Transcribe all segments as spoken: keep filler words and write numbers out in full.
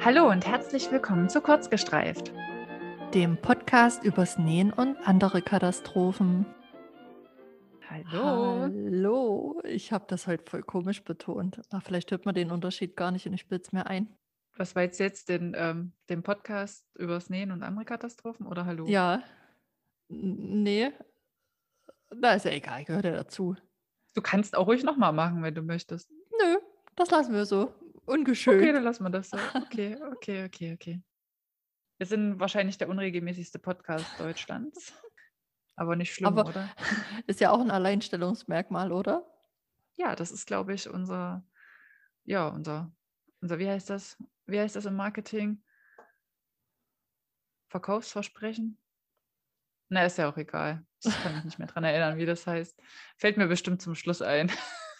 Hallo und herzlich willkommen zu Kurzgestreift, dem Podcast übers Nähen und andere Katastrophen. Hallo. Hallo, ich habe das heute voll komisch betont. Ach, vielleicht hört man den Unterschied gar nicht und ich bilde es mir ein. Was war jetzt jetzt den, ähm, den Podcast übers Nähen und andere Katastrophen oder Hallo? Ja, n- nee, na ist ja egal, gehört ja dazu. Du kannst auch ruhig nochmal machen, wenn du möchtest. Nö, das lassen wir so. Okay, Ungeschönt. dann lassen wir das so. Okay, okay, okay, okay. Wir sind wahrscheinlich der unregelmäßigste Podcast Deutschlands. Aber nicht schlimm, Aber oder? ist ja auch ein Alleinstellungsmerkmal, oder? Ja, das ist, glaube ich, unser, ja, unser, unser, wie heißt das? Wie heißt das im Marketing? Verkaufsversprechen? Na, ist ja auch egal. Ich kann mich nicht mehr dran erinnern, wie das heißt. Fällt mir bestimmt zum Schluss ein.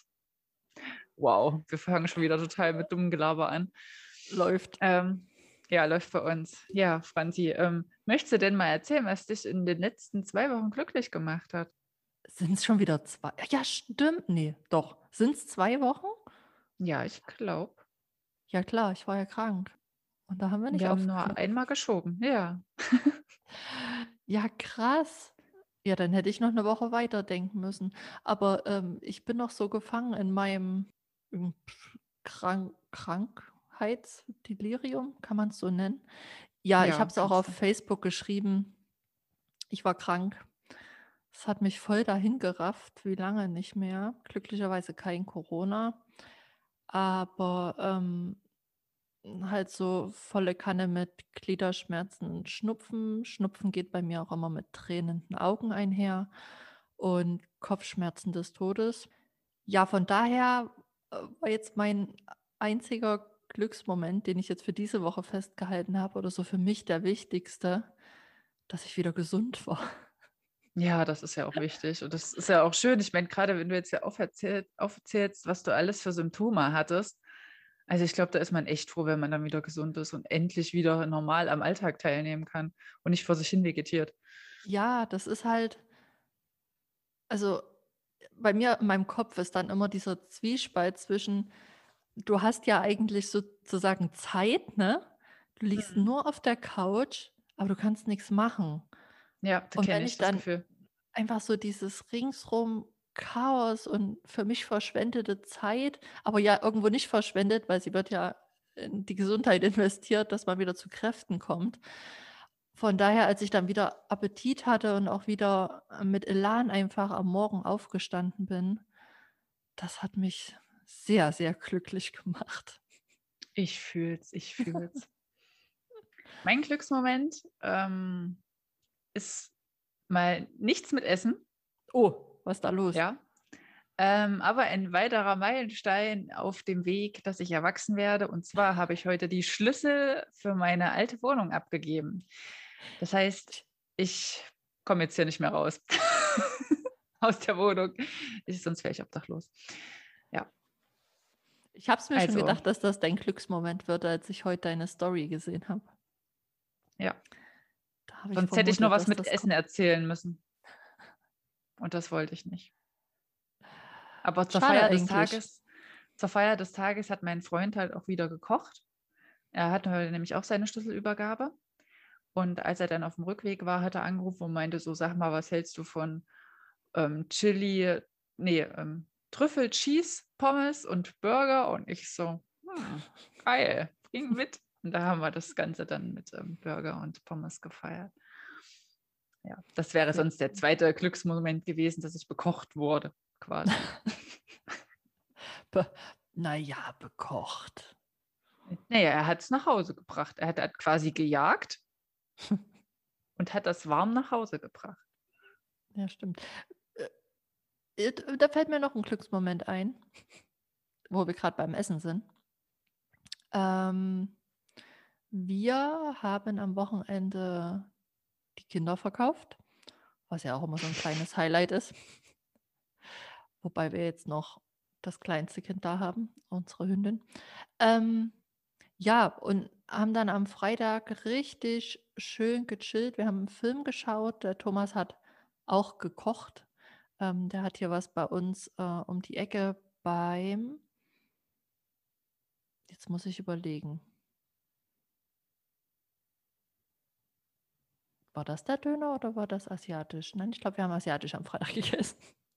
Wow, wir fangen schon wieder total mit dummem Gelaber an. Läuft. Ähm, ja, läuft bei uns. Ja, Franzi, ähm, möchtest du denn mal erzählen, was dich in den letzten zwei Wochen glücklich gemacht hat? Sind es schon wieder zwei? Ja, stimmt. Nee, doch. Sind es zwei Wochen? Ja, ich glaube. Ja, klar, ich war ja krank. Und da haben wir nicht Wir haben nur aufgenommen. einmal geschoben. Ja. Ja, krass. Ja, dann hätte ich noch eine Woche weiterdenken müssen. Aber, ähm, ich bin noch so gefangen in meinem, hm, Krank Krankheitsdelirium, kann man es so nennen? Ja, ich habe Ja, es auch kannst auf du. Facebook geschrieben. Ich war krank. Es hat mich voll dahin gerafft, wie lange nicht mehr. Glücklicherweise kein Corona, aber, ähm halt so volle Kanne mit Gliederschmerzen und Schnupfen. Schnupfen geht bei mir auch immer mit tränenden Augen einher und Kopfschmerzen des Todes. Ja, von daher, äh, war jetzt mein einziger Glücksmoment, den ich jetzt für diese Woche festgehalten habe oder so für mich der wichtigste, dass ich wieder gesund war. Ja, das ist ja auch wichtig. Und das ist ja auch schön. Ich meine, gerade wenn du jetzt ja auferzählt, aufzählst, was du alles für Symptome hattest. Also ich glaube, da ist man echt froh, wenn man dann wieder gesund ist und endlich wieder normal am Alltag teilnehmen kann und nicht vor sich hin vegetiert. Ja, das ist halt also, bei mir in meinem Kopf ist dann immer dieser Zwiespalt zwischen du hast ja eigentlich sozusagen Zeit, ne? Du liegst Mhm. nur auf der Couch, aber du kannst nix machen. Ja, das Und kenne wenn ich, ich das dann Gefühl. einfach so dieses ringsrum Chaos und für mich verschwendete Zeit, aber ja irgendwo nicht verschwendet, weil sie wird ja in die Gesundheit investiert, dass man wieder zu Kräften kommt. Von daher, als ich dann wieder Appetit hatte und auch wieder, äh, mit Elan einfach am Morgen aufgestanden bin, das hat mich sehr, sehr glücklich gemacht. Ich fühl's, ich fühl's. Mein Glücksmoment ähm, ist mal nichts mit Essen, Oh, was ist da los? ja. Ähm, aber ein weiterer Meilenstein auf dem Weg, dass ich erwachsen werde. Und zwar habe ich heute die Schlüssel für meine alte Wohnung abgegeben. Das heißt, ich komme jetzt hier nicht mehr raus aus der Wohnung. Ich, sonst wäre ich obdachlos. Ja, Ich habe es mir schon also, gedacht, dass das dein Glücksmoment wird, als ich heute deine Story gesehen habe. ja. Da habe ich Sonst hätte ich nur vermutet, was dass mit das Essen kommt. erzählen müssen. Und das wollte ich nicht. Aber zur Schade Feier des eigentlich. Tages, zur Feier des Tages hat mein Freund halt auch wieder gekocht. Er hatte heute nämlich auch seine Schlüsselübergabe. Und als er dann auf dem Rückweg war, hat er angerufen und meinte so, sag mal, was hältst du von ähm, Chili, nee, ähm, Trüffel, Cheese, Pommes und Burger? Und ich so, hm, geil, bring mit. Und da haben wir das Ganze dann mit ähm, Burger und Pommes gefeiert. Ja, das wäre Sehr sonst der zweite Glücksmoment gewesen, dass ich bekocht wurde, quasi. be na ja, bekocht. Naja, er hat es nach Hause gebracht. Er hat, hat quasi gejagt und hat das warm nach Hause gebracht. Ja, stimmt. Äh, äh, da fällt mir noch ein Glücksmoment ein, wo wir gerade beim Essen sind. Ähm, wir haben am Wochenende die Kinder verkauft, was ja auch immer so ein kleines Highlight ist, wobei wir jetzt noch das kleinste Kind da haben, unsere Hündin. Ähm, ja, und haben dann am Freitag richtig schön gechillt. Wir haben einen Film geschaut. Der Thomas hat auch gekocht. Ähm, der hat hier was bei uns, äh, um die Ecke beim jetzt muss ich überlegen. war das der Döner oder war das asiatisch? Nein, ich glaube, wir haben asiatisch am Freitag gegessen.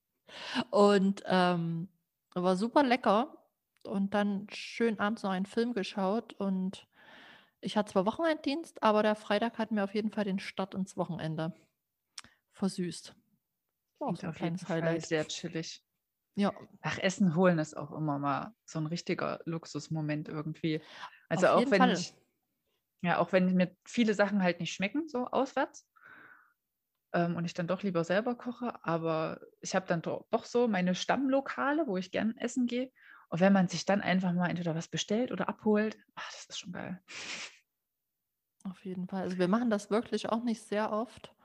Und ähm, war super lecker. Und dann schön abends noch einen Film geschaut. Und ich hatte zwar Wochenenddienst, aber der Freitag hat mir auf jeden Fall den Start ins Wochenende versüßt. War auch Klingt so ein auf jeden kleines Fall Highlight. sehr chillig. Ja, Ach, Essen holen ist auch immer mal so ein richtiger Luxusmoment irgendwie. Also auf auch jeden wenn Fall. ich, ja, auch wenn mir viele Sachen halt nicht schmecken, so auswärts, ähm, und ich dann doch lieber selber koche, aber ich habe dann do doch so meine Stammlokale, wo ich gern essen gehe. Und wenn man sich dann einfach mal entweder was bestellt oder abholt, ach, das ist schon geil. Auf jeden Fall. Also wir machen das wirklich auch nicht sehr oft,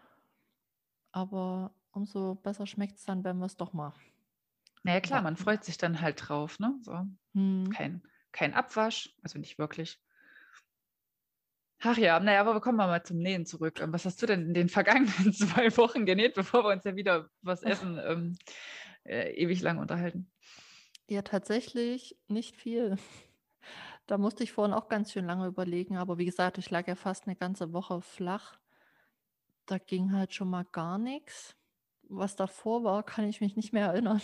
aber umso besser schmeckt es dann, wenn wir es doch mal Na ja klar, man machen. freut sich dann halt drauf, ne? So, Mhm. kein kein Abwasch, also nicht wirklich. Ach ja, na ja, aber wir kommen mal zum Nähen zurück. Ähm, was hast du denn in den vergangenen zwei Wochen genäht, bevor wir uns ja wieder übers Essen, ähm, äh, ewig lang unterhalten? Ja, tatsächlich nicht viel. Da musste ich vorhin auch ganz schön lange überlegen, aber wie gesagt, ich lag ja fast eine ganze Woche flach. Da ging halt schon mal gar nichts. Was davor war, kann ich mich nicht mehr erinnern.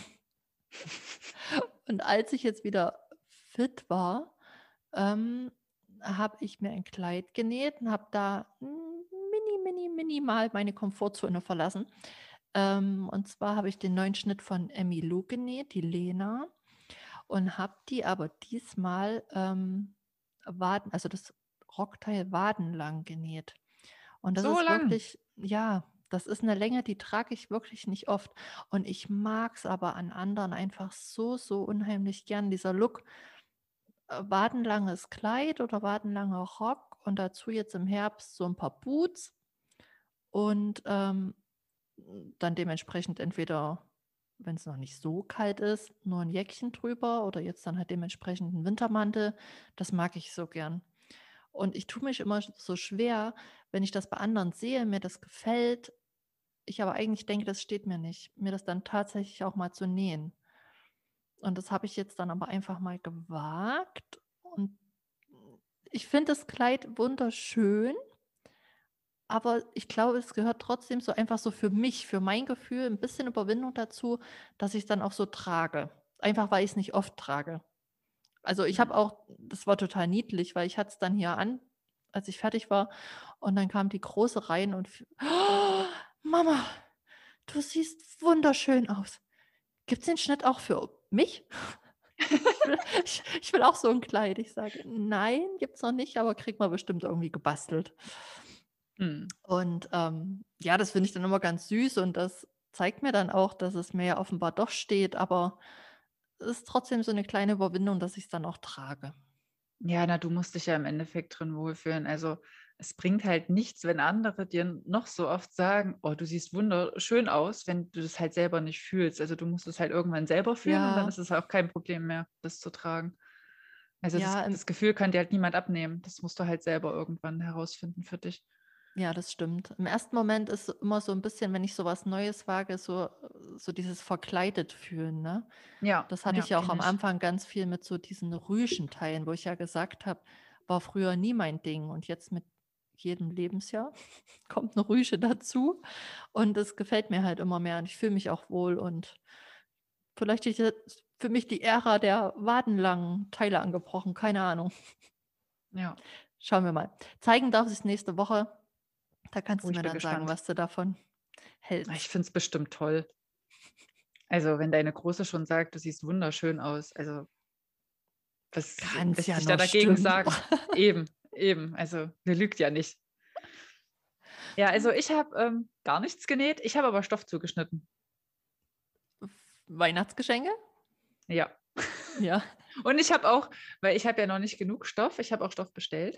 Und als ich jetzt wieder fit war, ähm, habe ich mir ein Kleid genäht und habe da hm, mini, mini, minimal meine Komfortzone verlassen. Ähm, und zwar habe ich den neuen Schnitt von Emmy Lou genäht, die Lena, und habe die aber diesmal ähm, Waden, also das Rockteil wadenlang genäht. Und das So ist lang. wirklich, ja, das ist eine Länge, die trage ich wirklich nicht oft. Und ich mag es aber an anderen einfach so, so unheimlich gern, dieser Look, äh, wadenlanges Kleid oder wadenlanger Rock und dazu jetzt im Herbst so ein paar Boots und, ähm, dann dementsprechend entweder, wenn es noch nicht so kalt ist, nur ein Jäckchen drüber oder jetzt dann halt dementsprechend 'n Wintermantel. Das mag ich so gern. Und ich tue mich immer so schwer, wenn ich das bei anderen sehe, mir das gefällt, ich aber eigentlich denke, das steht mir nicht, mir das dann tatsächlich auch mal zu nähen. Und das habe ich jetzt dann aber einfach mal gewagt und ich finde das Kleid wunderschön, aber ich glaube, es gehört trotzdem so einfach so für mich, für mein Gefühl ein bisschen Überwindung dazu, dass ich's dann auch so trage. Einfach, weil ich's nicht oft trage. Also, ich habe Mhm. auch, das war total niedlich, weil ich hatte es dann hier an, als ich fertig war und dann kam die Große rein und f „Oh, Mama, du siehst wunderschön aus. Gibt's den Schnitt auch für mich?“ Ich will ich ich will auch so 'n Kleid. Ich sage: „Nein, gibt's noch nicht, aber kriegt man bestimmt irgendwie gebastelt.“ Mhm. Und, ähm, ja, das finde ich dann immer ganz süß und das zeigt mir dann auch, dass es mir ja offenbar doch steht, aber es ist trotzdem so 'ne kleine Überwindung, dass ich's dann auch trage. Ja, na, du musst dich ja im Endeffekt drin wohlfühlen. Also, es bringt halt nichts, wenn andere dir noch so oft sagen: „Oh, du siehst wunderschön aus“, wenn du das halt selber nicht fühlst. Also, du musst es halt irgendwann selber fühlen und dann Ja, ist es auch kein Problem mehr, das zu tragen. Also, das ja, im das Gefühl kann dir halt niemand abnehmen. Das musst du halt selber irgendwann herausfinden für dich. ja, das stimmt. Im ersten Moment ist immer so 'n bisschen, wenn ich so was Neues wage, so so dieses verkleidet fühlen, ne? Ja, Das hatte ja, ich ja auch kenne am ich. Anfang ganz viel mit so diesen Rüschenteilen, wo ich ja gesagt habe, war früher nie mein Ding und jetzt mit jedem Lebensjahr kommt 'ne Rüsche dazu und es gefällt mir halt immer mehr und ich fühle mich auch wohl und vielleicht ist jetzt für mich die Ära der wadenlangen Teile angebrochen, keine Ahnung. Ja. Schauen wir mal. Zeigen darf ich's nächste Woche. Da kannst Oh, du ich mir bin dann sagen, gespannt. was du davon Ich hältst. finde es bestimmt toll. Also, wenn deine Große schon sagt: „Du siehst wunderschön aus“, also, was Kann's lässt ja sich da nur dagegen stimmen. sagen? Eben, eben. Also, wer lügt ja nicht. Ja, also, ich habe, ähm, gar nichts genäht. Ich habe aber Stoff zugeschnitten. Weihnachtsgeschenke? Ja. Ja. Und ich habe auch, weil ich habe ja noch nicht genug Stoff, ich habe auch Stoff bestellt.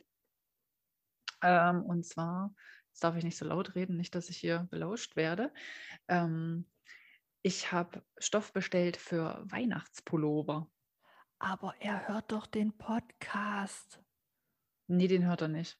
Ähm, und zwar, jetzt darf ich nicht so laut reden, nicht, dass ich hier belauscht werde. Ähm, ich habe Stoff bestellt für Weihnachtspullover. Aber er hört doch den Podcast. Ne, den hört er nicht.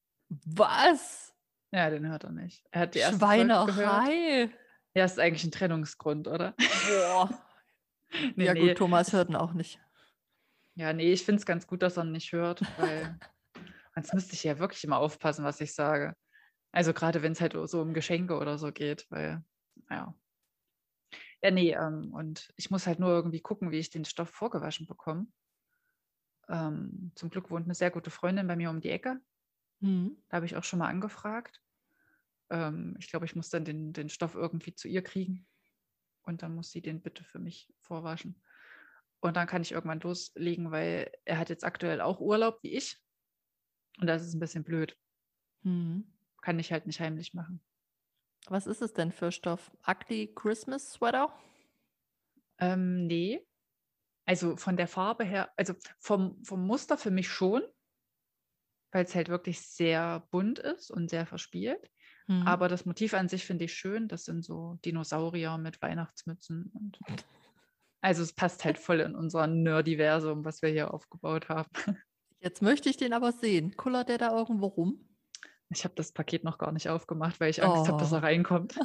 Was? Ja, den hört er nicht. Er hat die erste Folge gehört. Schweinerei. Ja, ist eigentlich 'n Trennungsgrund, oder? Boah. Ne, Ja gut, ne, Thomas es hört ihn auch nicht. ja, ne, ich finde es ganz gut, dass er ihn nicht hört, weil sonst müsste ich ja wirklich immer aufpassen, was ich sage. Also gerade wenn es halt so um Geschenke oder so geht, weil, ja. Ja, nee, ähm, und ich muss halt nur irgendwie gucken, wie ich den Stoff vorgewaschen bekomme. Ähm, zum Glück wohnt eine sehr gute Freundin bei mir um die Ecke. Mhm. Da habe ich auch schon mal angefragt. Ähm, ich glaube, ich muss dann den, den Stoff irgendwie zu ihr kriegen und dann muss sie den bitte für mich vorwaschen. Und dann kann ich irgendwann loslegen, weil er hat jetzt aktuell auch Urlaub wie ich und das ist ein bisschen blöd. Mhm. Kann ich halt nicht heimlich machen. Was ist es denn für Stoff? Ugly Christmas Sweater? Ähm, nee, also von der Farbe her, also vom, vom Muster für mich schon, weil es halt wirklich sehr bunt ist und sehr verspielt. Mhm. Aber das Motiv an sich finde ich schön. Das sind so Dinosaurier mit Weihnachtsmützen. Und also es passt halt voll in unser Nerdiversum, was wir hier aufgebaut haben. Jetzt möchte ich den aber sehen. Kullert der da irgendwo rum? Ich habe das Paket noch gar nicht aufgemacht, weil ich Angst habe, dass er Oh. reinkommt.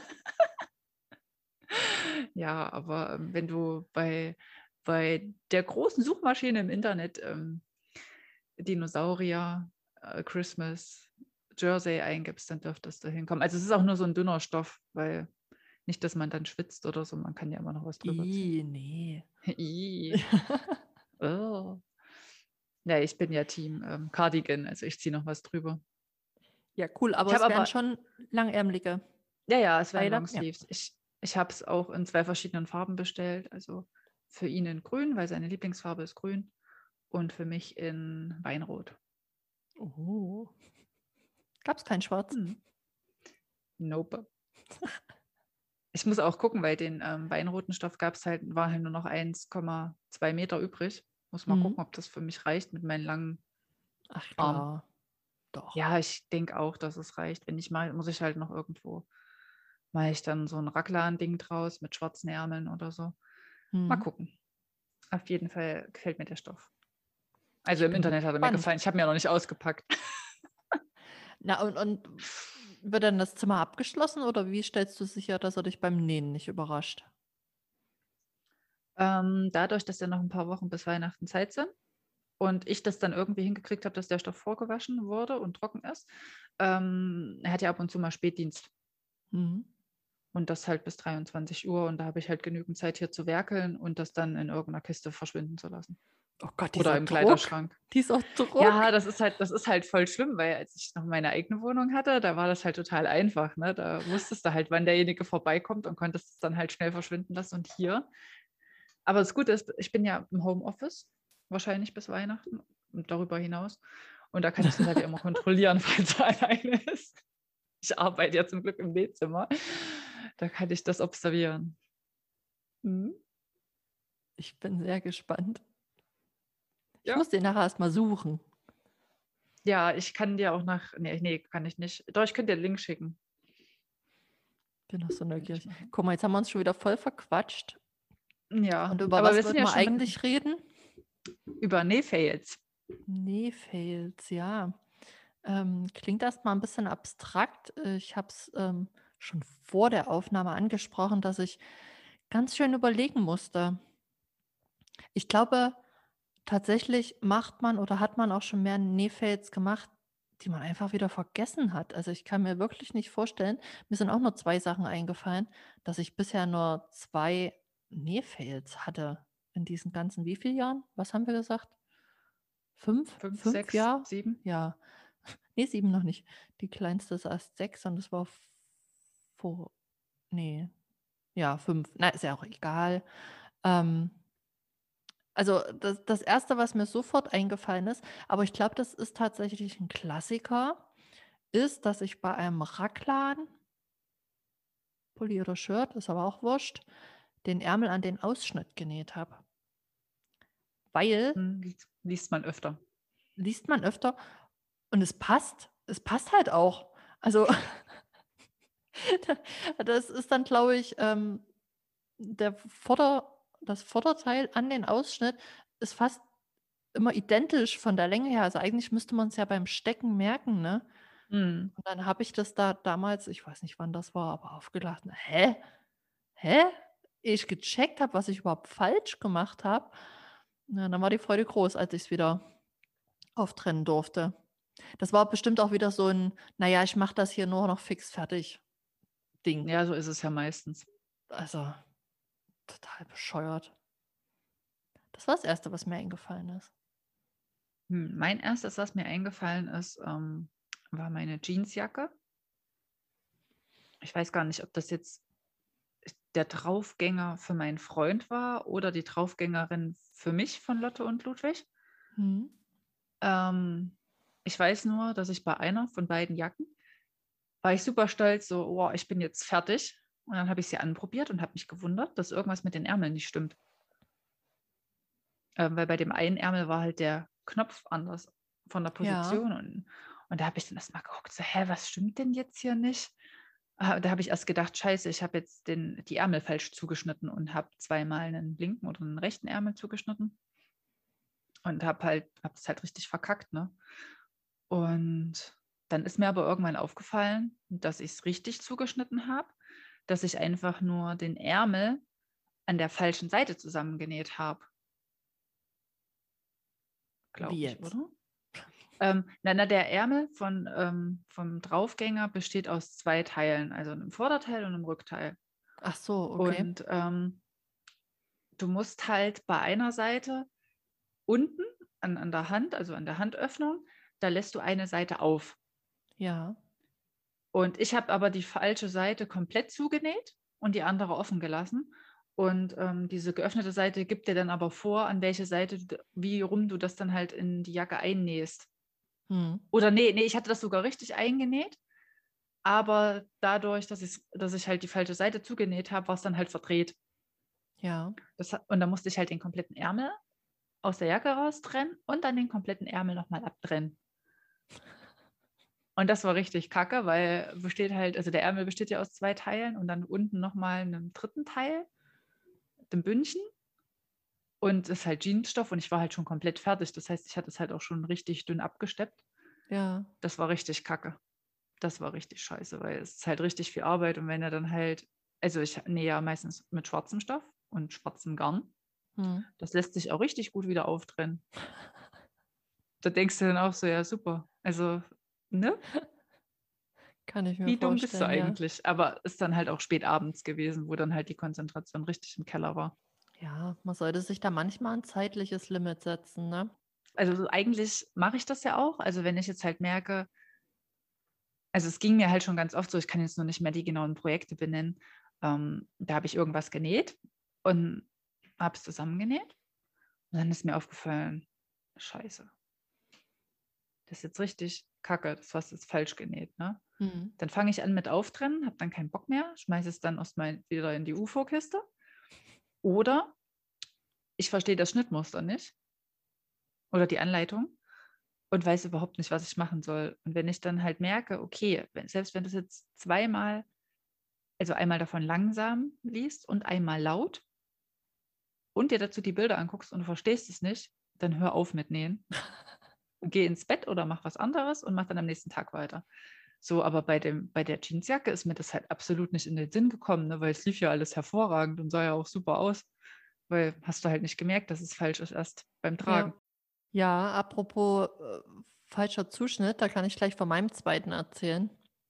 Ja, aber ähm, wenn du bei, bei der großen Suchmaschine im Internet ähm, Dinosaurier, äh, Christmas, Jersey eingibst, dann dürftest du hinkommen. Also es ist auch nur so ein dünner Stoff, weil nicht, dass man dann schwitzt oder so, man kann ja immer noch was drüber ziehen. I, nee. I. Oh. Ja, ich bin ja Team ähm, Cardigan, also ich ziehe noch was drüber. Ja, cool, aber Ich habe es wären aber, schon langärmelige ja, ja, es wären Teile. Ja. Longsleeves. Ich, ich habe es auch in zwei verschiedenen Farben bestellt. Also für ihn in grün, weil seine Lieblingsfarbe ist grün. Und für mich in Weinrot. Oh. Gab es kein Schwarz? Hm. Nope. Ich muss auch gucken, weil den ähm, weinroten Stoff gab es halt, war halt nur noch eins Komma zwei Meter übrig. Muss mal Mhm. gucken, ob das für mich reicht mit meinen langen Ach Armen. klar. Doch. Ja, ich denke auch, dass es reicht. Wenn nicht mal, muss ich halt noch irgendwo, mache ich dann so ein Raglan-Ding draus mit schwarzen Ärmeln oder so. Mal Mhm. gucken. Auf jeden Fall gefällt mir der Stoff. Also Ich im bin Internet hat er mir gespannt. gefallen. Ich habe mir noch nicht ausgepackt. Na, und, und wird dann das Zimmer abgeschlossen oder wie stellst du sicher, dass er dich beim Nähen nicht überrascht? Ähm, dadurch, dass ja noch ein paar Wochen bis Weihnachten Zeit sind und ich das dann irgendwie hingekriegt habe, dass der Stoff vorgewaschen wurde und trocken ist, ähm, er hat ja ab und zu mal Spätdienst. Mhm. Und das halt bis dreiundzwanzig Uhr. Und da habe ich halt genügend Zeit hier zu werkeln und das dann in irgendeiner Kiste verschwinden zu lassen. Oh Gott, Oder dieser im Druck. Kleiderschrank. Dieser Druck. Ja, das ist halt, das ist halt voll schlimm, weil als ich noch meine eigene Wohnung hatte, da war das halt total einfach. Ne? Da wusstest du halt, wann derjenige vorbeikommt und konntest es dann halt schnell verschwinden lassen. Und hier. Aber das Gute ist, ich bin ja im Homeoffice, wahrscheinlich bis Weihnachten und darüber hinaus. Und da kann ich das halt ja immer kontrollieren, falls er alleine ist. Ich arbeite ja zum Glück im Nähzimmer. Da kann ich das observieren. Mhm. Ich bin sehr gespannt. Ich Ja. muss den nachher erst mal suchen. Ja, ich kann dir auch nach. Nee, nee, kann ich nicht. Doch, ich könnte dir den Link schicken. Bin noch so Kann ich neugierig. machen. Guck mal, jetzt haben wir uns schon wieder voll verquatscht. Ja, Und über aber wir was sind wollten ja wir schon eigentlich reden? über Nähfails. Nähfails, ja. Ähm, klingt erst mal ein bisschen abstrakt. Äh, Ich habe es ähm, schon vor der Aufnahme angesprochen, dass ich ganz schön überlegen musste. Ich glaube, tatsächlich macht man oder hat man auch schon mehr Nähfails gemacht, die man einfach wieder vergessen hat. Also, ich kann mir wirklich nicht vorstellen, mir sind auch nur zwei Sachen eingefallen, dass ich bisher nur zwei Nähfails hatte in diesen ganzen wie viel Jahren? Was haben wir gesagt? Fünf? Fünf, Fünf sechs, Jahre? sieben. Ja. Ne, sieben noch nicht. Die kleinste ist erst sechs und das war v vor ne, ja, fünf. Na, ist ja auch egal. Ähm Also, das das erste, was mir sofort eingefallen ist, aber ich glaube, das ist tatsächlich ein Klassiker, ist, dass ich bei einem Raglan, Pulli oder Shirt, ist aber auch wurscht, den Ärmel an den Ausschnitt genäht habe. Weil Hm, liest, liest man öfter. liest man öfter und es passt. Es passt halt auch. Also, das ist dann, glaube ich, ähm, der Vorder das Vorderteil an den Ausschnitt ist fast immer identisch von der Länge her. Also, eigentlich müsste man es ja beim Stecken merken, ne? Hm. Und dann habe ich das da damals, ich weiß nicht, wann das war, aber aufgelacht. „Hä? Hä?“ Ehe ich gecheckt habe, was ich überhaupt falsch gemacht habe. Na, dann war die Freude groß, als ich's wieder auftrennen durfte. Das war bestimmt auch wieder so 'n: „Na ja, ich mache das hier nur noch fix fertig“ Ding. Ja, so ist es ja meistens. Also, total bescheuert. Das war das Erste, was mir eingefallen ist. Hm, mein erstes, was mir eingefallen ist, ähm, war meine Jeansjacke. Ich weiß gar nicht, ob das jetzt der Draufgänger für meinen Freund war oder die Draufgängerin für mich von Lotte und Ludwig. Mhm. Ähm, ich weiß nur, dass ich bei einer von beiden Jacken war ich super stolz, so: „Oh, ich bin jetzt fertig.“ Und dann habe ich sie anprobiert und habe mich gewundert, dass irgendwas mit den Ärmeln nicht stimmt. Ähm, weil bei dem einen Ärmel war halt der Knopf anders von der Ja. Position und und da habe ich dann erst mal geguckt, so: „Hä, was stimmt denn jetzt hier nicht?“ Ah, da habe ich erst gedacht: „Scheiße, ich habe jetzt den die Ärmel falsch zugeschnitten und habe zweimal einen linken oder einen rechten Ärmel zugeschnitten.“ Und habe halt habe es halt richtig verkackt, ne? Und dann ist mir aber irgendwann aufgefallen, dass ich es richtig zugeschnitten habe, dass ich einfach nur den Ärmel an der falschen Seite zusammengenäht habe, Wie glaube ich, jetzt? oder? Ähm, na na, der Ärmel von ähm, vom Draufgänger besteht aus zwei Teilen, also 'nem Vorderteil und 'nem Rückteil. Ach so, okay. Und, ähm, du musst halt bei einer Seite unten an an der Hand, also an der Handöffnung, da lässt du eine Seite auf. Ja. Und ich habe aber die falsche Seite komplett zugenäht und die andere offen gelassen. Und, ähm, diese geöffnete Seite gibt dir dann aber vor, an welche Seite du d wie rum du das dann halt in die Jacke einnähst. Mhm. Oder ne, ne, ich hatte das sogar richtig eingenäht, aber dadurch, dass ich's dass ich halt die falsche Seite zugenäht habe, war's dann halt verdreht. Ja. Das ha und dann musste ich halt den kompletten Ärmel aus der Jacke raustrennen und dann den kompletten Ärmel noch mal abtrennen. Und das war richtig kacke, weil besteht halt also der Ärmel besteht ja aus zwei Teilen und dann unten noch mal 'nem dritten Teil, dem Bündchen. Und ist halt Jeansstoff und ich war halt schon komplett fertig. Das heißt, ich hatte es halt auch schon richtig dünn abgesteppt. Ja. Das war richtig kacke. Das war richtig scheiße, weil es ist halt richtig viel Arbeit und wenn er dann halt also ich nähe ja meistens mit schwarzem Stoff und schwarzem Garn. Mhm. Das lässt sich auch richtig gut wieder auftrennen. Da denkst du dann auch so: „Ja, super.“ Also, ne? Kann ich mir Wie dumm bist du vorstellen, ja. eigentlich? Aber ist dann halt auch spät abends gewesen, wo dann halt die Konzentration richtig im Keller war. Ja, man sollte sich da manchmal 'n zeitliches Limit setzen, ne? Also, so eigentlich mache ich das ja auch. Also, wenn ich jetzt halt merke also, es ging mir halt schon ganz oft so, ich kann jetzt nur nicht mehr die genauen Projekte benennen. Ähm, da habe ich irgendwas genäht und habe es zusammengenäht und dann ist mir aufgefallen: „Scheiße, das ist jetzt richtig kacke, das hast du jetzt falsch genäht“, ne? Mhm. Dann fange ich an mit Auftrennen, habe dann keinen Bock mehr, schmeiße es dann erst mal wieder in die U F O-Kiste oder ich verstehe das Schnittmuster nicht oder die Anleitung und weiß überhaupt nicht, was ich machen soll. Und wenn ich dann halt merke, okay, wenn selbst wenn du's jetzt zweimal also einmal davon langsam liest und einmal laut und dir dazu die Bilder anguckst und du verstehst es nicht, dann hör auf mit Nähen und geh ins Bett oder mach was anderes und mach dann am nächsten Tag weiter. So, aber bei dem bei der Jeansjacke ist mir das halt absolut nicht in den Sinn gekommen, ne, weil es lief ja alles hervorragend und sah ja auch super aus, weil hast du halt nicht gemerkt, dass es falsch ist erst beim Ja. Tragen. Ja, apropos, äh, falscher Zuschnitt, da kann ich gleich von meinem zweiten erzählen.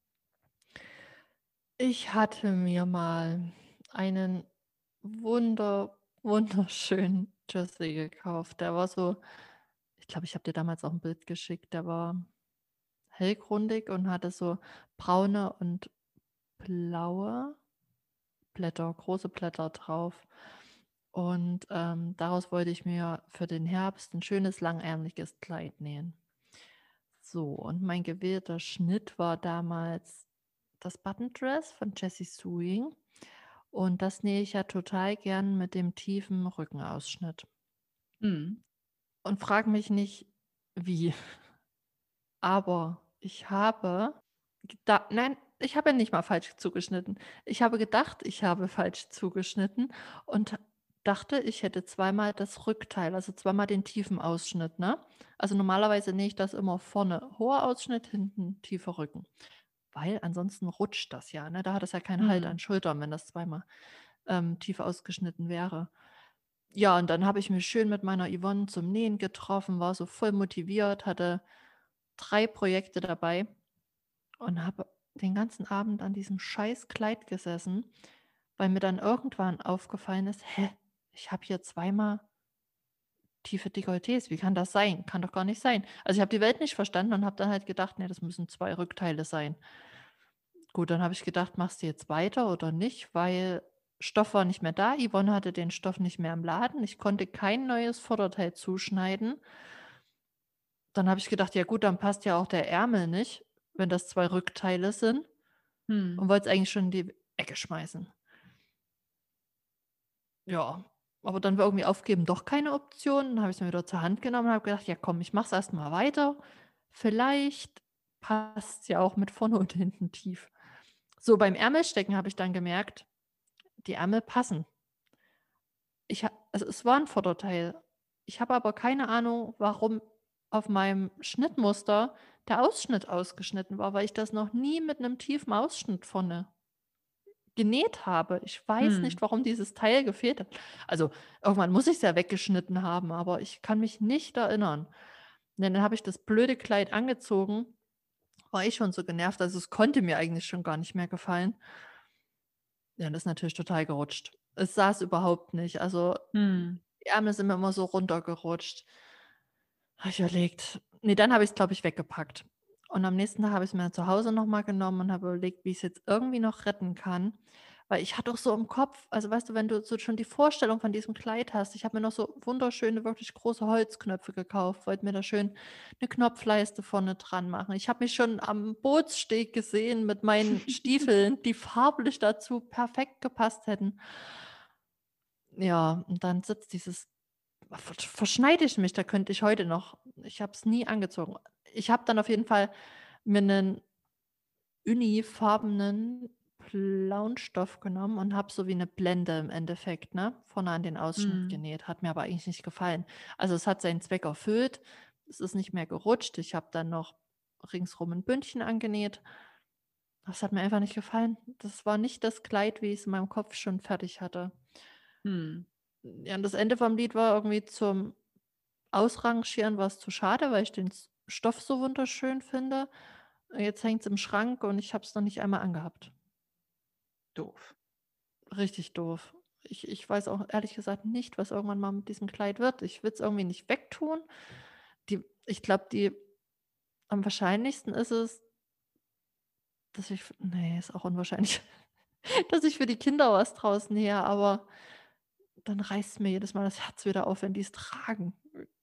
Ich hatte mir mal einen wunder wunderschönen Jersey gekauft. Der war so ich glaube, ich habe dir damals auch 'n Bild geschickt. Der war hellgrundig und hatte so braune und blaue Blätter, große Blätter drauf. Und, ähm, daraus wollte ich mir für den Herbst 'n schönes langärmliches Kleid nähen. So, und mein gewählter Schnitt war damals das Buttondress von Jessie Sewing und das nähe ich ja total gern mit dem tiefen Rückenausschnitt. Mhm. Und frage mich nicht, wie. Aber ich habe geda nein, ich habe ja nicht mal falsch zugeschnitten. Ich habe gedacht, ich habe falsch zugeschnitten und dachte, ich hätte zweimal das Rückteil, also zweimal den tiefen Ausschnitt, ne? Also normalerweise nähe ich das immer vorne hoher Ausschnitt, hinten tiefer Rücken, weil ansonsten rutscht das ja, ne? Da hat es ja keinen Halt Mhm. an Schultern, wenn das zweimal, ähm, tief ausgeschnitten wäre. Ja, und dann habe ich mich schön mit meiner Yvonne zum Nähen getroffen, war so voll motiviert, hatte drei Projekte dabei und habe den ganzen Abend an diesem scheiß Kleid gesessen, weil mir dann irgendwann aufgefallen ist: „Hä, ich habe hier zweimal tiefe Dekolletés. Wie kann das sein? Kann doch gar nicht sein." Also, ich habe die Welt nicht verstanden und habe dann halt gedacht: „Ne, das müssen zwei Rückteile sein." Gut, dann habe ich gedacht: „Machst du jetzt weiter oder nicht?" Weil Stoff war nicht mehr da. Yvonne hatte den Stoff nicht mehr im Laden. Ich konnte kein neues Vorderteil zuschneiden. Dann habe ich gedacht: „Ja gut, dann passt ja auch der Ärmel nicht, wenn das zwei Rückteile sind." Mhm. Und wollte es eigentlich schon in die Ecke schmeißen. Ja, aber dann war irgendwie aufgeben doch keine Option. Dann habe ich's mir wieder zur Hand genommen und habe gedacht: „Ja komm, ich mache es erst mal weiter. Vielleicht passt's ja auch mit vorne und hinten tief." So, beim Ärmelstecken habe ich dann gemerkt, die Ärmel passen. Ich ha also, es war 'n Vorderteil. Ich habe aber keine Ahnung, warum auf meinem Schnittmuster der Ausschnitt ausgeschnitten war, weil ich das noch nie mit 'nem tiefen Ausschnitt vorne genäht habe. Ich weiß Mhm. nicht, warum dieses Teil gefehlt hat. Also, irgendwann muss ich's ja weggeschnitten haben, aber ich kann mich nicht erinnern. Ne, dann habe ich das blöde Kleid angezogen, war eh schon so genervt, also, es konnte mir eigentlich schon gar nicht mehr gefallen. Ja, das ist natürlich total gerutscht. Es saß überhaupt nicht. Also, Mhm. die Ärmel sind mir immer so runtergerutscht. Habe ich überlegt, ne, dann habe ich's, glaube ich, weggepackt. Und am nächsten Tag habe ich's mir zu Hause noch mal genommen und habe überlegt, wie ich's jetzt irgendwie noch retten kann. Weil ich hatte auch so im Kopf, also, weißt du, wenn du so schon die Vorstellung von diesem Kleid hast, ich habe mir noch so wunderschöne, wirklich große Holzknöpfe gekauft, wollte mir da schön 'ne Knopfleiste vorne dran machen. Ich habe mich schon am Bootssteg gesehen mit meinen Stiefeln, die farblich dazu perfekt gepasst hätten. Ja, und dann sitzt dieses ver verschneide ich mich, da könnte ich heute noch, ich habe es nie angezogen. Ich habe dann auf jeden Fall mir 'nen unifarbenen blauen Stoff genommen und habe so wie 'ne Blende im Endeffekt, ne, vorne an den Ausschnitt Mhm. genäht. Hat mir aber eigentlich nicht gefallen. Also, es hat seinen Zweck erfüllt. Es ist nicht mehr gerutscht. Ich habe dann noch ringsrum 'n Bündchen angenäht. Das hat mir einfach nicht gefallen. Das war nicht das Kleid, wie ich's in meinem Kopf schon fertig hatte. Mhm. Ja, und das Ende vom Lied war irgendwie zum Ausrangieren war's zu schade, weil ich den S Stoff so wunderschön finde. Jetzt hängt's im Schrank und ich habe es noch nicht einmal angehabt. Doof. Richtig doof. Ich ich weiß auch ehrlich gesagt nicht, was irgendwann mal mit diesem Kleid wird. Ich will's irgendwie nicht wegtun. Die ich glaube, die am wahrscheinlichsten ist es dass ich f ne, ist auch unwahrscheinlich, dass ich für die Kinder was draus nähe, aber dann reißt's mir jedes Mal das Herz wieder auf, wenn die's tragen.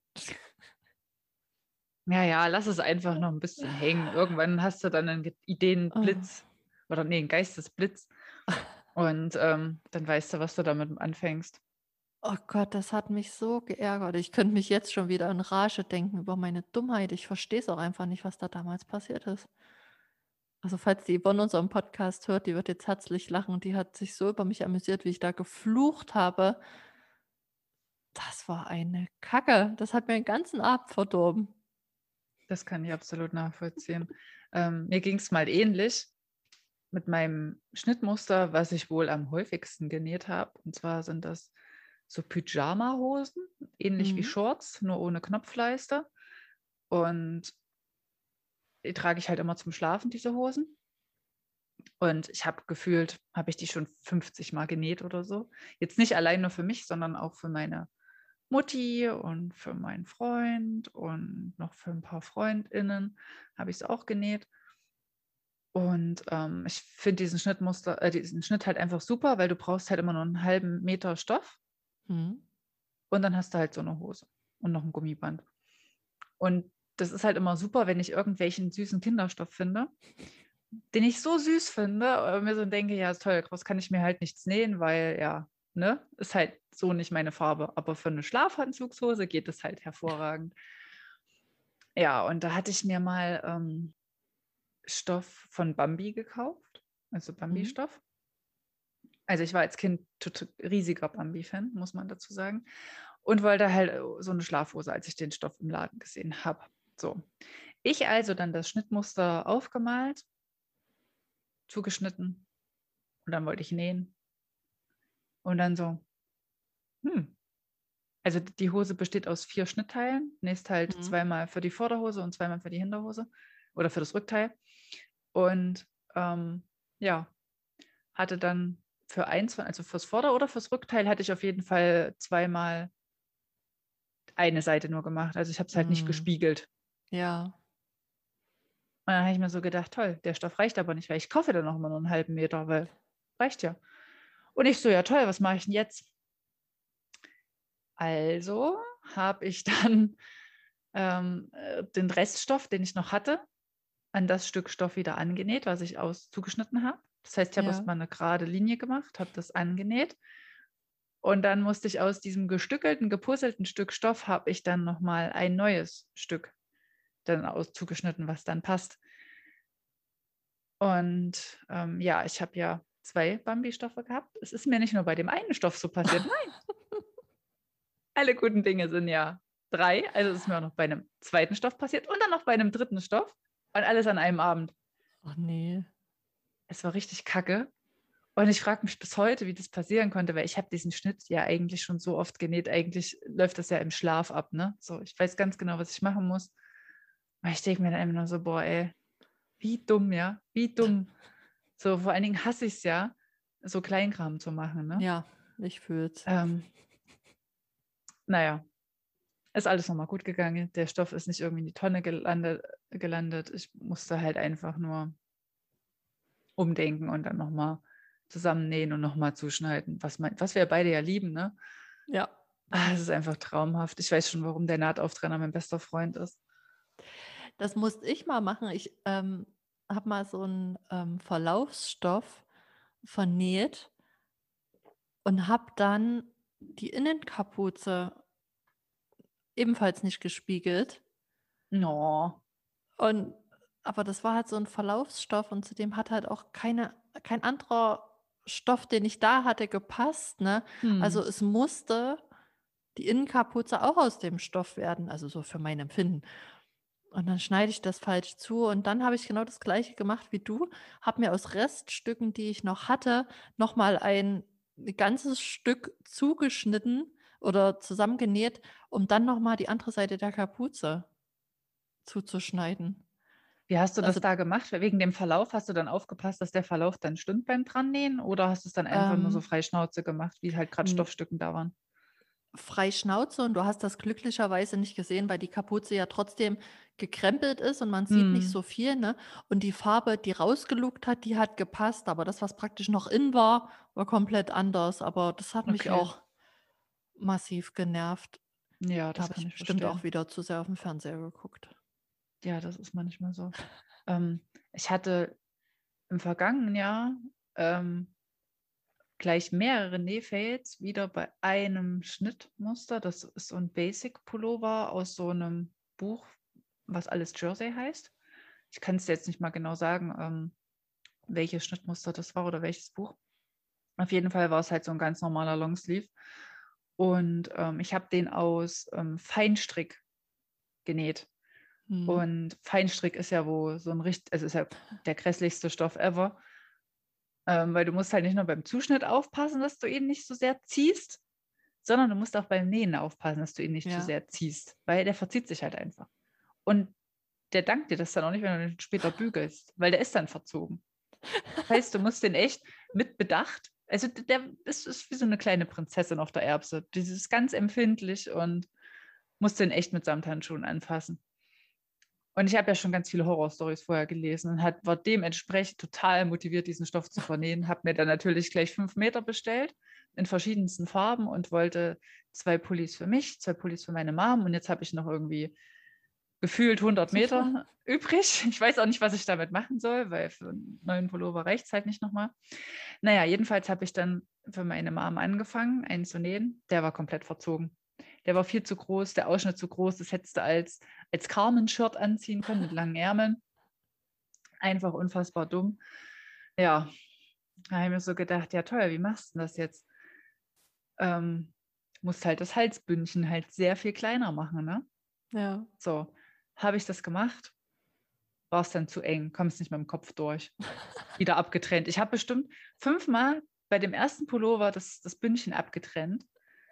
Ja, ja, lass es einfach noch 'n bisschen hängen. Irgendwann hast du dann 'nen Ge Oh. Ideenblitz oder ne, 'n Geistesblitz und, ähm, dann weißt du, was du damit anfängst. Oh Gott, das hat mich so geärgert. Ich könnte mich jetzt schon wieder in Rage denken über meine Dummheit. Ich verstehe es auch einfach nicht, was da damals passiert ist. Also, falls die Yvonne unseren Podcast hört, die wird jetzt herzlich lachen. Die hat sich so über mich amüsiert, wie ich da geflucht habe. Das war eine Kacke. Das hat mir den ganzen Abend verdorben. Das kann ich absolut nachvollziehen. Ähm, mir ging's mal ähnlich mit meinem Schnittmuster, was ich wohl am häufigsten genäht habe. Und zwar sind das so Pyjamahosen, ähnlich wie Mhm. Shorts, nur ohne Knopfleiste. Und die trage ich halt immer zum Schlafen, diese Hosen. Und ich habe gefühlt habe ich die schon fünfzig Mal genäht oder so. Jetzt nicht allein nur für mich, sondern auch für meine Mutti und für meinen Freund und noch für 'n paar Freundinnen habe ich's auch genäht. Und, ähm, ich finde diesen Schnittmuster äh, diesen Schnitt halt einfach super, weil du brauchst halt immer nur 'n halben Meter Stoff Mhm. und dann hast du halt so 'ne Hose und noch 'n Gummiband. Und das ist halt immer super, wenn ich irgendwelchen süßen Kinderstoff finde, den ich so süß finde und mir so denke: „Ja, ist toll, draus kann ich mir halt nichts nähen, weil ja, ne, ist halt so nicht meine Farbe.“ Aber für 'ne Schlafanzugshose geht das halt hervorragend. Ja, und da hatte ich mir mal, ähm, Stoff von Bambi gekauft, also Mhm. Bambi-Stoff. Also, ich war als Kind tot riesiger Bambi-Fan, muss man dazu sagen, und wollte halt, äh, so 'ne Schlafhose, als ich den Stoff im Laden gesehen habe. So. Ich also dann das Schnittmuster aufgemalt zugeschnitten und dann wollte ich nähen und dann so: „Hm“ Also die Hose besteht aus vier Schnittteilen. Nächst halt Mhm. zweimal für die Vorderhose und zweimal für die Hinterhose oder für das Rückteil. Und ähm, ja, hatte dann für eins, von- also fürs Vorder- oder fürs Rückteil hatte ich auf jeden Fall zweimal eine Seite nur gemacht. Also ich habe es halt nicht Mhm. gespiegelt. Ja. Und dann habe ich mir so gedacht, toll, der Stoff reicht aber nicht, weil ich kaufe dann noch immer nur einen halben Meter, weil reicht ja. Und ich so, ja toll, was mache ich denn jetzt? Also habe ich dann ähm, äh, den Reststoff, den ich noch hatte, an das Stück Stoff wieder angenäht, was ich aus zugeschnitten habe. Das heißt, ich habe Ja. erstmal eine gerade Linie gemacht, habe das angenäht und dann musste ich aus diesem gestückelten, gepuzzelten Stück Stoff habe ich dann nochmal ein neues Stück dann aus zugeschnitten, was dann passt. Und ähm, ja, ich habe ja zwei Bambi-Stoffe gehabt. Es ist mir nicht nur bei dem einen Stoff so passiert. Nein, alle guten Dinge sind ja drei. Also es ist mir auch noch bei einem zweiten Stoff passiert und dann noch bei einem dritten Stoff. Und alles an einem Abend. Ach nee. Es war richtig kacke. Und ich frage mich bis heute, wie das passieren konnte, weil ich habe diesen Schnitt ja eigentlich schon so oft genäht. Eigentlich läuft das ja im Schlaf ab, ne? So, ich weiß ganz genau, was ich machen muss. Aber ich denke mir dann immer nur so, boah, ey, wie dumm, ja? Wie dumm. So, vor allen Dingen hasse ich es ja, so Kleinkram zu machen, ne? Ja, ich fühl's. Ähm, naja, ist alles nochmal gut gegangen. Der Stoff ist nicht irgendwie in die Tonne gelandet. gelandet. Ich musste halt einfach nur umdenken und dann nochmal zusammennähen und nochmal zuschneiden, was, mein, was wir beide ja lieben, ne? Ja. Ah, es ist einfach traumhaft. Ich weiß schon, warum der Nahtauftrainer mein bester Freund ist. Das musste ich mal machen. Ich ähm, habe mal so einen ähm, Verlaufsstoff vernäht und habe dann die Innenkapuze ebenfalls nicht gespiegelt. No. Und aber das war halt so ein Verlaufsstoff und zudem hat halt auch keine kein anderer Stoff, den ich da hatte, gepasst, ne? Also, Hm. es musste die Innenkapuze auch aus dem Stoff werden, also so für mein Empfinden. Und dann schneide ich das falsch zu und dann habe ich genau das Gleiche gemacht wie du, habe mir aus Reststücken, die ich noch hatte, noch mal ein ganzes Stück zugeschnitten oder zusammengenäht, um dann noch mal die andere Seite der Kapuze zuzuschneiden. Wie hast du das Also, da gemacht? Wegen dem Verlauf hast du dann aufgepasst, dass der Verlauf dann stimmt beim Drannähen oder hast du es dann einfach nur so ähm, frei Schnauze gemacht, wie halt gerade hm, Stoffstücken da waren? frei Schnauze und du hast das glücklicherweise nicht gesehen, weil die Kapuze ja trotzdem gekrempelt ist und man sieht nicht Hm. so viel, ne? Und die Farbe, die rausgelugt hat, die hat gepasst, aber das, was praktisch noch in war, war komplett anders. Aber das hat mich Okay. auch massiv genervt. Ja, Da das habe kann ich ich bestimmt auch verstehen. wieder zu sehr auf dem Fernseher geguckt. Ja, das ist manchmal so. Ähm, ich hatte im vergangenen Jahr ähm, gleich mehrere Nähfails wieder bei einem Schnittmuster. Das ist so ein Basic-Pullover aus so einem Buch, was alles Jersey heißt. Ich kann es jetzt nicht mal genau sagen, ähm, welches Schnittmuster das war oder welches Buch. Auf jeden Fall war es halt so ein ganz normaler Longsleeve. Und ähm, ich habe den aus ähm, Feinstrick genäht. Mhm. Und Feinstrick ist ja wo so ein richtig, also ist ja der grässlichste Stoff ever. Ähm, weil du musst halt nicht nur beim Zuschnitt aufpassen, dass du ihn nicht so sehr ziehst, sondern du musst auch beim Nähen aufpassen, dass du ihn nicht zu Ja. sehr ziehst, weil der verzieht sich halt einfach. Und der dankt dir das dann auch nicht, wenn du den später bügelst, weil der ist dann verzogen. Das heißt, du musst den echt mit Bedacht, also der ist, ist wie so eine kleine Prinzessin auf der Erbse. Die ist ganz empfindlich und musst den echt mit Samthandschuhen anfassen. Und ich habe ja schon ganz viele Horrorstories vorher gelesen und hat, war dementsprechend total motiviert, diesen Stoff zu vernähen. Habe mir dann natürlich gleich fünf Meter bestellt in verschiedensten Farben und wollte zwei Pullis für mich, zwei Pullis für meine Mom. Und jetzt habe ich noch irgendwie gefühlt hundert Meter übrig. Ich weiß auch nicht, was ich damit machen soll, weil für einen neuen Pullover reicht es halt nicht nochmal. Naja, jedenfalls habe ich dann für meine Mom angefangen, einen zu nähen. Der war komplett verzogen. Der war viel zu groß, der Ausschnitt zu groß. Das hättest du als, als Carmen-Shirt anziehen können mit langen Ärmeln. Einfach unfassbar dumm. Ja, da habe ich mir so gedacht, ja toll, wie machst du das jetzt? Ähm, musst halt das Halsbündchen halt sehr viel kleiner machen, ne? Ja. So, habe ich das gemacht, war es dann zu eng, kommst nicht mit dem Kopf durch. Wieder abgetrennt. Ich habe bestimmt fünfmal bei dem ersten Pullover das, das Bündchen abgetrennt.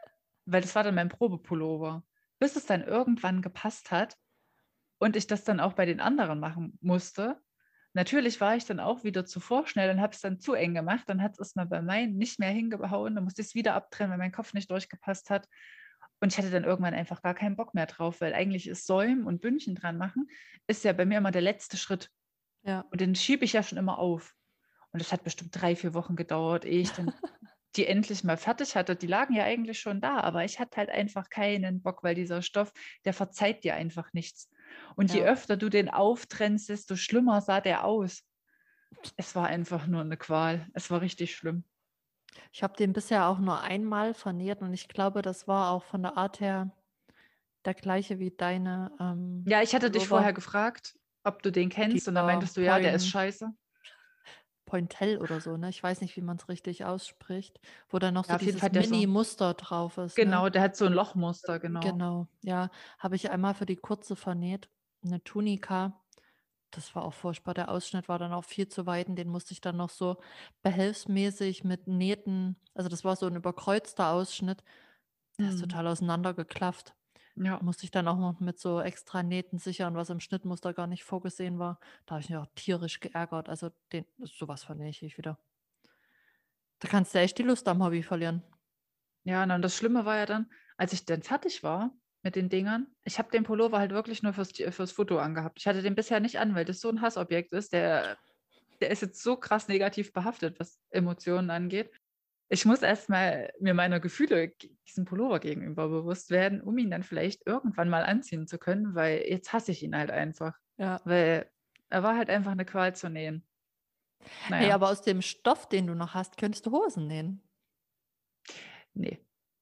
weil das war dann mein Probepullover, bis es dann irgendwann gepasst hat und ich das dann auch bei den anderen machen musste. Natürlich war ich dann auch wieder zu vorschnell und habe es dann zu eng gemacht. Dann hat es erstmal bei meinen nicht mehr hingehauen. Dann musste ich es wieder abtrennen, weil mein Kopf nicht durchgepasst hat. Und ich hatte dann irgendwann einfach gar keinen Bock mehr drauf, weil eigentlich ist Säumen und Bündchen dran machen, ist ja bei mir immer der letzte Schritt. Ja. Und den schiebe ich ja schon immer auf. Und das hat bestimmt drei, vier Wochen gedauert, ehe ich dann die endlich mal fertig hatte. Die lagen ja eigentlich schon da, aber ich hatte halt einfach keinen Bock, weil dieser Stoff, der verzeiht dir einfach nichts. Und je Ja. öfter du den auftrennst, desto schlimmer sah der aus. Es war einfach nur eine Qual. Es war richtig schlimm. Ich habe den bisher auch nur einmal vernäht und ich glaube, das war auch von der Art her der gleiche wie deine ähm, Ja, ich hatte dich vorher Pullover, gefragt, ob du den kennst, und dann dieser meintest du, ja, der ist Point, scheiße. Pointel oder so, ne? Ich weiß nicht, wie man es richtig ausspricht, wo dann noch Ja, so auf jeden dieses Fall der so, Mini-Muster drauf ist, ne? genau, der hat so ein Lochmuster, genau. Genau, ja, habe ich einmal für die kurze vernäht, eine Tunika. Das war auch furchtbar. Der Ausschnitt war dann auch viel zu weit und den musste ich dann noch so behelfsmäßig mit Nähten, also, das war so ein überkreuzter Ausschnitt, der ist Mhm. total auseinandergeklafft. Ja. Musste ich dann auch noch mit so extra Nähten sichern, was im Schnittmuster gar nicht vorgesehen war. Da habe ich mich auch tierisch geärgert. Also, den so was vernähe ich nicht wieder. Da kannst du echt die Lust am Hobby verlieren. Ja, na, und das Schlimme war ja dann, als ich dann fertig war mit den Dingern, ich habe den Pullover halt wirklich nur fürs T fürs Foto angehabt. Ich hatte den bisher nicht an, weil das so ein Hassobjekt ist. Der der ist jetzt so krass negativ behaftet, was Emotionen angeht. Ich muss erst mal mir meiner Gefühle g diesem Pullover gegenüber bewusst werden, um ihn dann vielleicht irgendwann mal anziehen zu können, weil jetzt hasse ich ihn halt einfach, Ja. weil er war halt einfach eine Qual zu nähen. Na Hey, ja, aber aus dem Stoff, den du noch hast, könntest du Hosen nähen. ne.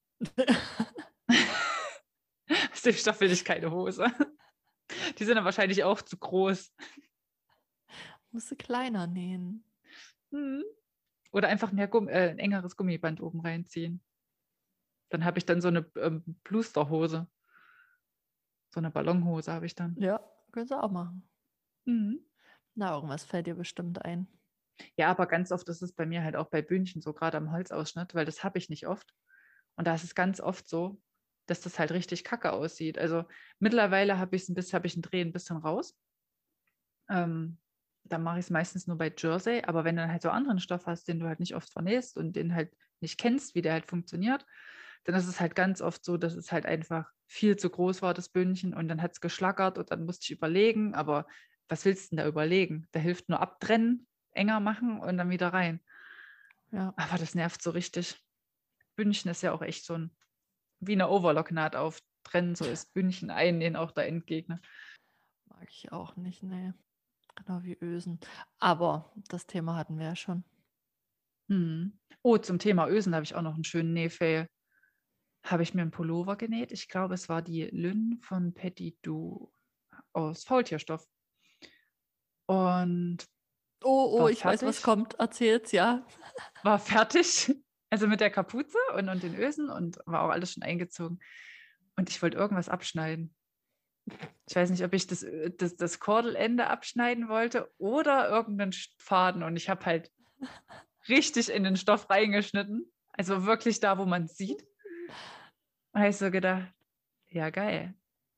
Aus dem Stoff will ich keine Hose. Die sind dann wahrscheinlich auch zu groß. Musst du kleiner nähen. Mhm. Oder einfach mehr Gumm äh, 'n engeres Gummiband oben reinziehen. Dann habe ich dann so 'ne, ähm, Blusterhose. So 'ne Ballonhose habe ich dann. Ja, könntest du auch machen. Mhm. Na, irgendwas fällt dir bestimmt ein. Ja, aber ganz oft ist es bei mir halt auch bei Bündchen so, grade am Holzausschnitt, weil das habe ich nicht oft. Und da ist es ganz oft so, dass das halt richtig kacke aussieht. Also, mittlerweile habe ich's 'n biss habe ich 'n Dreh 'n bisschen raus. Ähm, Dann mache ich's meistens nur bei Jersey, aber wenn du dann halt so anderen Stoff hast, den du halt nicht oft vernähst und den halt nicht kennst, wie der halt funktioniert, dann ist es halt ganz oft so, dass es halt einfach viel zu groß war, das Bündchen, und dann hat's geschlackert und dann musste ich überlegen, aber was willst 'n da überlegen? Da hilft nur abtrennen, enger machen und dann wieder rein. Ja, Aber das nervt so richtig. Bündchen ist ja auch echt so 'n wie 'ne Overlocknaht auftrennen, so ist Bündchen einnähen auch der Endgegner. mag ich auch nicht, ne. Genau wie Ösen. Aber das Thema hatten wir ja schon. Mhm. Oh, zum Thema Ösen habe ich auch noch 'n schönen Nähfail. Habe ich mir 'n Pullover genäht. Ich glaube, es war die Lynn von Petit Du aus Faultierstoff und Oh, oh, war ich weiß, was fertig kommt. Erzähl's, ja. war fertig, also mit der Kapuze und und den Ösen, und war auch alles schon eingezogen. Und ich wollte irgendwas abschneiden. Ich weiß nicht, ob ich das Ö das das Kordelende abschneiden wollte oder irgend 'nen Sch Faden, und ich habe halt richtig in den Stoff reingeschnitten, also wirklich da, wo man's sieht. Und habe ich so gedacht: „Ja, geil.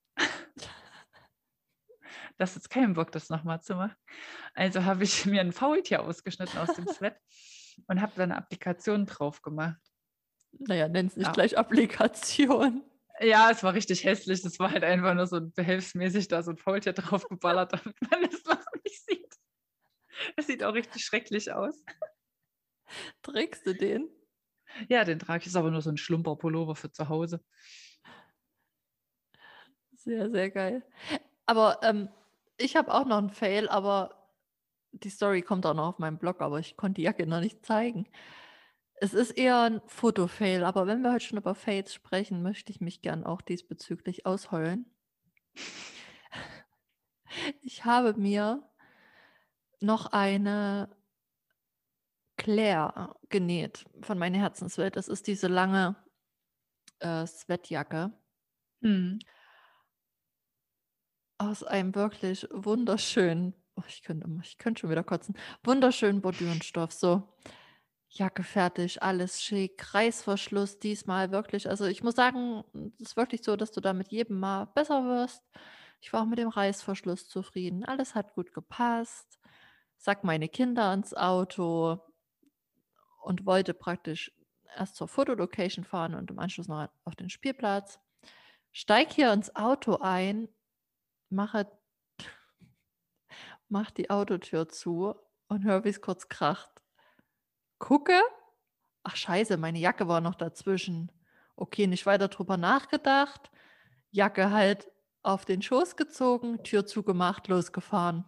Das hat jetzt keinen Bock, das noch mal zu machen.“ Also habe ich mir 'n Faultier ausgeschnitten aus dem Sweat und habe da 'ne Applikation drauf gemacht. Na ja, nenn's nicht Ja. gleich Applikation. Ja, es war richtig hässlich. Das war halt einfach nur so behelfsmäßig da so 'n Faultier draufgeballert, damit man das Loch nicht sieht. Es sieht auch richtig schrecklich aus. Trägst du den? Ja, den trage ich, ist aber nur so 'n Schlumperpullover für zu Hause. Sehr, sehr geil. Aber, ähm, ich habe auch noch 'n Fail, aber die Story kommt auch noch auf meinem Blog, aber ich konnte die Jacke noch nicht zeigen. Es ist eher 'n Foto-Fail, aber wenn wir heute schon über Fails sprechen, möchte ich mich gern auch diesbezüglich ausheulen. Ich habe mir noch eine Claire genäht von meiner Herzenswelt. Das ist diese lange, äh, Sweatjacke Mhm. aus einem wirklich wunderschönen, oh, ich könnte ich könnte schon wieder kotzen, wunderschönen Bordürenstoff, so. Jacke fertig, alles schick, Reißverschluss diesmal wirklich. Also, ich muss sagen, es ist wirklich so, dass du da mit jedem Mal besser wirst. Ich war auch mit dem Reißverschluss zufrieden. Alles hat gut gepasst. Sack meine Kinder ins Auto und wollte praktisch erst zur Fotolocation fahren und im Anschluss noch auf den Spielplatz. Steig hier ins Auto ein, mache mache die Autotür zu und höre, wie es kurz kracht. Gucke, ach scheiße, meine Jacke war noch dazwischen. Okay, nicht weiter drüber nachgedacht. Jacke halt auf den Schoß gezogen, Tür zugemacht, losgefahren.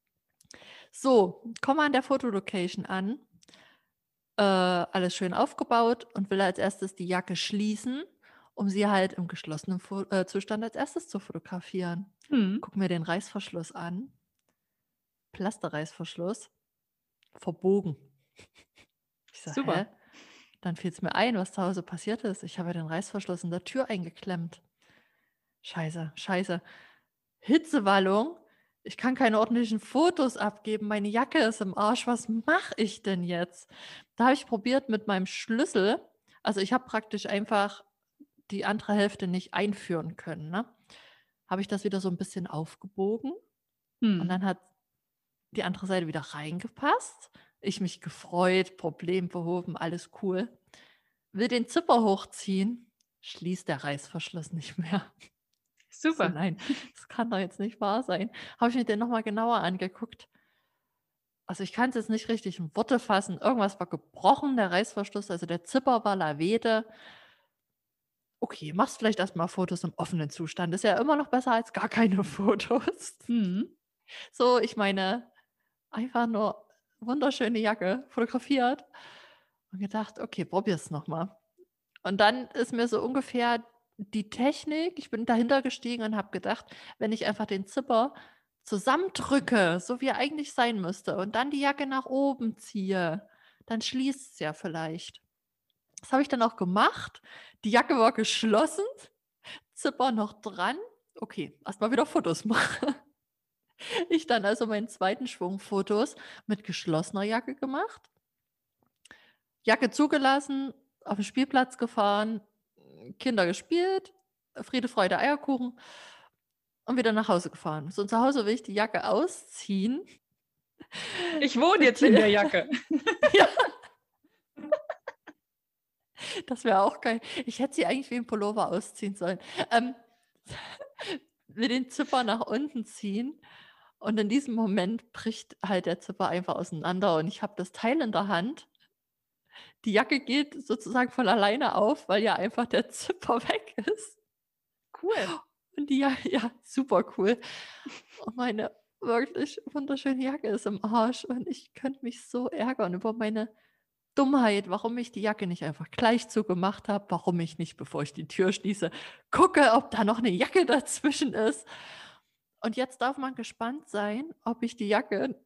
So, komme an der Fotolocation an, äh, alles schön aufgebaut und will als erstes die Jacke schließen, um sie halt im geschlossenen Fo äh, Zustand als erstes zu fotografieren. Mhm. Guck mir den Reißverschluss an, Plasterreißverschluss, verbogen. Ich so: „Hä?“ Super. Dann fiel es mir ein, was zu Hause passiert ist. Ich habe ja den Reißverschluss in der Tür eingeklemmt. Scheiße, scheiße. Hitzewallung. Ich kann keine ordentlichen Fotos abgeben. Meine Jacke ist im Arsch. Was mache ich denn jetzt? Da habe ich probiert mit meinem Schlüssel. Also, ich habe praktisch einfach die andere Hälfte nicht einführen können, ne? Habe ich das wieder so ein bisschen aufgebogen und Mhm. dann hat die andere Seite wieder reingepasst. Ich mich gefreut, Problem behoben, alles cool. Will den Zipper hochziehen, schließt der Reißverschluss nicht mehr. Ich so: Super. „Nein, das kann doch jetzt nicht wahr sein.“ Habe ich mir den noch mal genauer angeguckt. Also, ich kann's jetzt nicht richtig in Worte fassen. Irgendwas war gebrochen, der Reißverschluss, also der Zipper war lavete. Okay, machst vielleicht erst mal Fotos im offenen Zustand. Ist ja immer noch besser als gar keine Fotos. Mhm. So, ich meine, einfach nur wunderschöne Jacke fotografiert und gedacht: „Okay, probier's noch mal.“ Und dann ist mir so ungefähr die Technik ich bin dahinter gestiegen und habe gedacht, wenn ich einfach den Zipper zusammendrücke, so wie er eigentlich sein müsste, und dann die Jacke nach oben ziehe, dann schließt's ja vielleicht. Das habe ich dann auch gemacht. Die Jacke war geschlossen, Zipper noch dran. Okay, erst mal wieder Fotos machen. Ich dann also meinen zweiten Schwung Fotos mit geschlossener Jacke gemacht, Jacke zugelassen, auf 'n Spielplatz gefahren, Kinder gespielt, Friede, Freude, Eierkuchen und wieder nach Hause gefahren. So, und zu Hause will ich die Jacke ausziehen. Ich wohne Mit jetzt in Bi der Jacke. Ja, das wäre auch geil. Ich hätte sie eigentlich wie 'n Pullover ausziehen sollen. Ähm, will den Zipper nach unten ziehen und in diesem Moment bricht halt der Zipper einfach auseinander und ich habe das Teil in der Hand. Die Jacke geht sozusagen von alleine auf, weil ja einfach der Zipper weg ist. Cool. Und die Ja ja, super cool. Und meine wirklich wunderschöne Jacke ist im Arsch und ich könnte mich so ärgern über meine Dummheit, warum ich die Jacke nicht einfach gleich zugemacht habe, warum ich nicht, bevor ich die Tür schließe, gucke, ob da noch 'ne Jacke dazwischen ist. Und jetzt darf man gespannt sein, ob ich die Jacke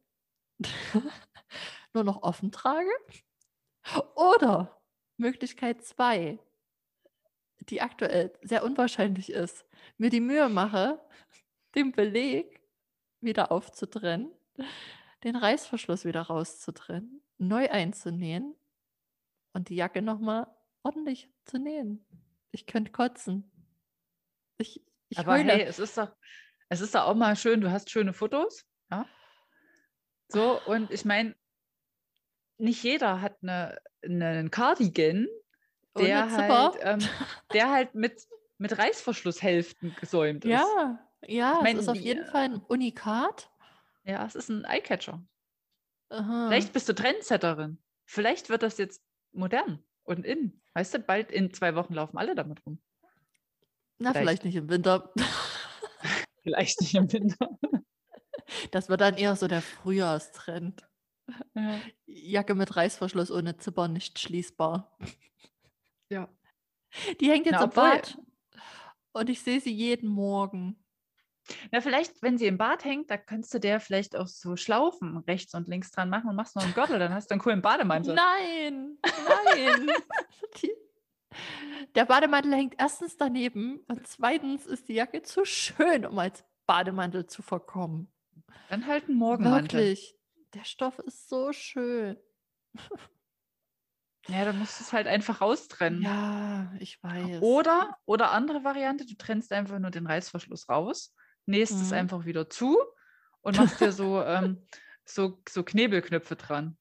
nur noch offen trage oder Möglichkeit zwei, die aktuell sehr unwahrscheinlich ist, mir die Mühe mache, den Beleg wieder aufzutrennen, den Reißverschluss wieder rauszutrennen, neu einzunähen und die Jacke noch mal ordentlich zu nähen. Ich könnte kotzen. Ich ich Aber hey, heule. es ist doch es ist doch auch mal schön, du hast schöne Fotos, ja? So, und ich meine, nicht jeder hat 'ne 'nen Cardigan, Ohne der halt Zipper. ähm, der halt mit mit Reißverschlusshälften gesäumt ist. Ja, Ich ja, es ist meine, auf die jeden Fall 'n Unikat. ja, es ist 'n Eyecatcher. Vielleicht Aha. bist du Trendsetterin. Vielleicht wird das jetzt modern und in. Weißt du, bald in zwei Wochen laufen alle damit rum. Na, vielleicht Vielleicht. nicht im Winter. Vielleicht nicht im Winter. Das wird dann eher so der Frühjahrstrend. Ja, Jacke mit Reißverschluss ohne Zipper nicht schließbar. ja. Die hängt jetzt Na, im obwohl Bad und ich sehe sie jeden Morgen. na, vielleicht, wenn sie im Bad hängt, da könntest du der vielleicht auch so Schlaufen rechts und links dran machen und machst noch 'n Gürtel, dann hast du 'n coolen Bademantel. Nein, nein. Die Der Bademantel hängt erstens daneben und zweitens ist die Jacke zu schön, um als Bademantel zu verkommen. Dann halt 'n Morgenmantel. Wirklich, der Stoff ist so schön. Ja, dann musst du es halt einfach raustrennen. Ja, ich weiß. Oder, oder andere Variante, du trennst einfach nur den Reißverschluss raus, nähst es Mhm. einfach wieder zu und machst dir so, ähm, so, so Knebelknöpfe dran.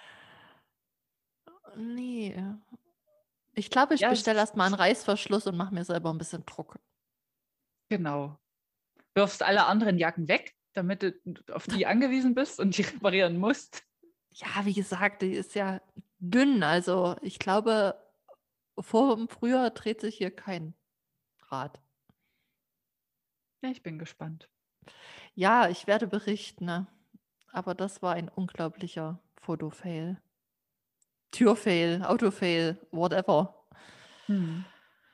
Ne. Ich glaube, ich Ja, es bestelle ist, erst mal 'n Reißverschluss und mache mir selber 'n bisschen Druck. genau. Wirfst alle anderen Jacken weg, damit du auf die angewiesen bist und die reparieren musst. Ja, wie gesagt, die ist ja dünn. Also, ich glaube, vorm Frühjahr dreht sich hier kein Rad. Ja, ich bin gespannt. Ja, ich werde berichten, ne? Aber das war ein unglaublicher Fotofail. Türfail, Autofail, whatever. Mhm.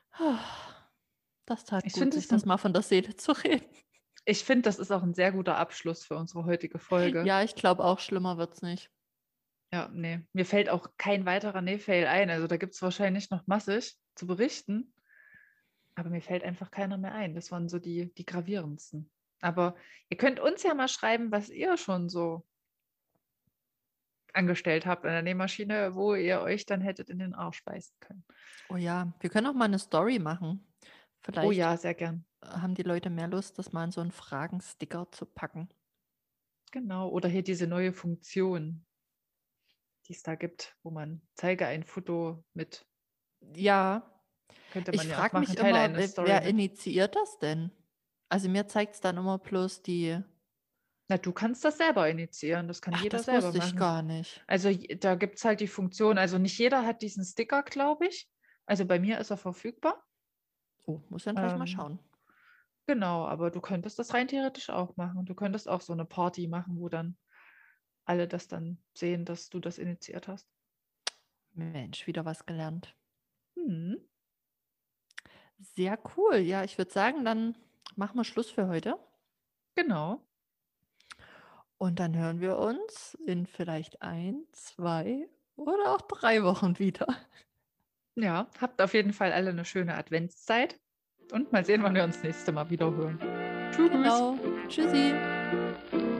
Das tat Ich gut, finde sich es das 'n mal von der Seele zu reden. ich finde, das ist auch 'n sehr guter Abschluss für unsere heutige Folge. Ja, ich glaube auch, schlimmer wird's nicht. Ja, ne, mir fällt auch kein weiterer Nähfail ein. Also, da gibt's wahrscheinlich noch massig zu berichten, aber mir fällt einfach keiner mehr ein. Das waren so die die gravierendsten. Aber ihr könnt uns ja mal schreiben, was ihr schon so angestellt habt an der Nähmaschine, wo ihr euch dann hättet in den Arsch beißen können. Oh ja, wir können auch mal 'ne Story machen. Oh Vielleicht ja, sehr gern. äh, haben die Leute mehr Lust, das mal in so 'n Fragensticker zu packen. Genau. Oder hier diese neue Funktion, die es da gibt, wo man zeige ein Foto mit Ja, könnte ich man ja auch frage machen, mich teile immer, eine we Story wer mit. initiiert das denn? Also, mir zeigt's dann immer bloß die Na, du kannst das selber initiieren. Das kann ach, jeder das selber wusste ich machen. gar nicht. Also, j da gibt's halt die Funktion also, nicht jeder hat diesen Sticker, glaube ich. Also, bei mir ist er verfügbar. Oh, muss dann gleich mal Ähm, schauen. genau, aber du könntest das rein theoretisch auch machen. Du könntest auch so 'ne Party machen, wo dann alle das dann sehen, dass du das initiiert hast. Mensch, wieder was gelernt. Mhm. Sehr cool. Ja, ich würde sagen, dann machen wir Schluss für heute. Genau. Und dann hören wir uns in vielleicht ein, zwei oder auch drei Wochen wieder. Ja, habt auf jeden Fall alle 'ne schöne Adventszeit und mal sehen, wann wir uns nächste Mal wieder hören. Tschüss. Genau. Tschüssi.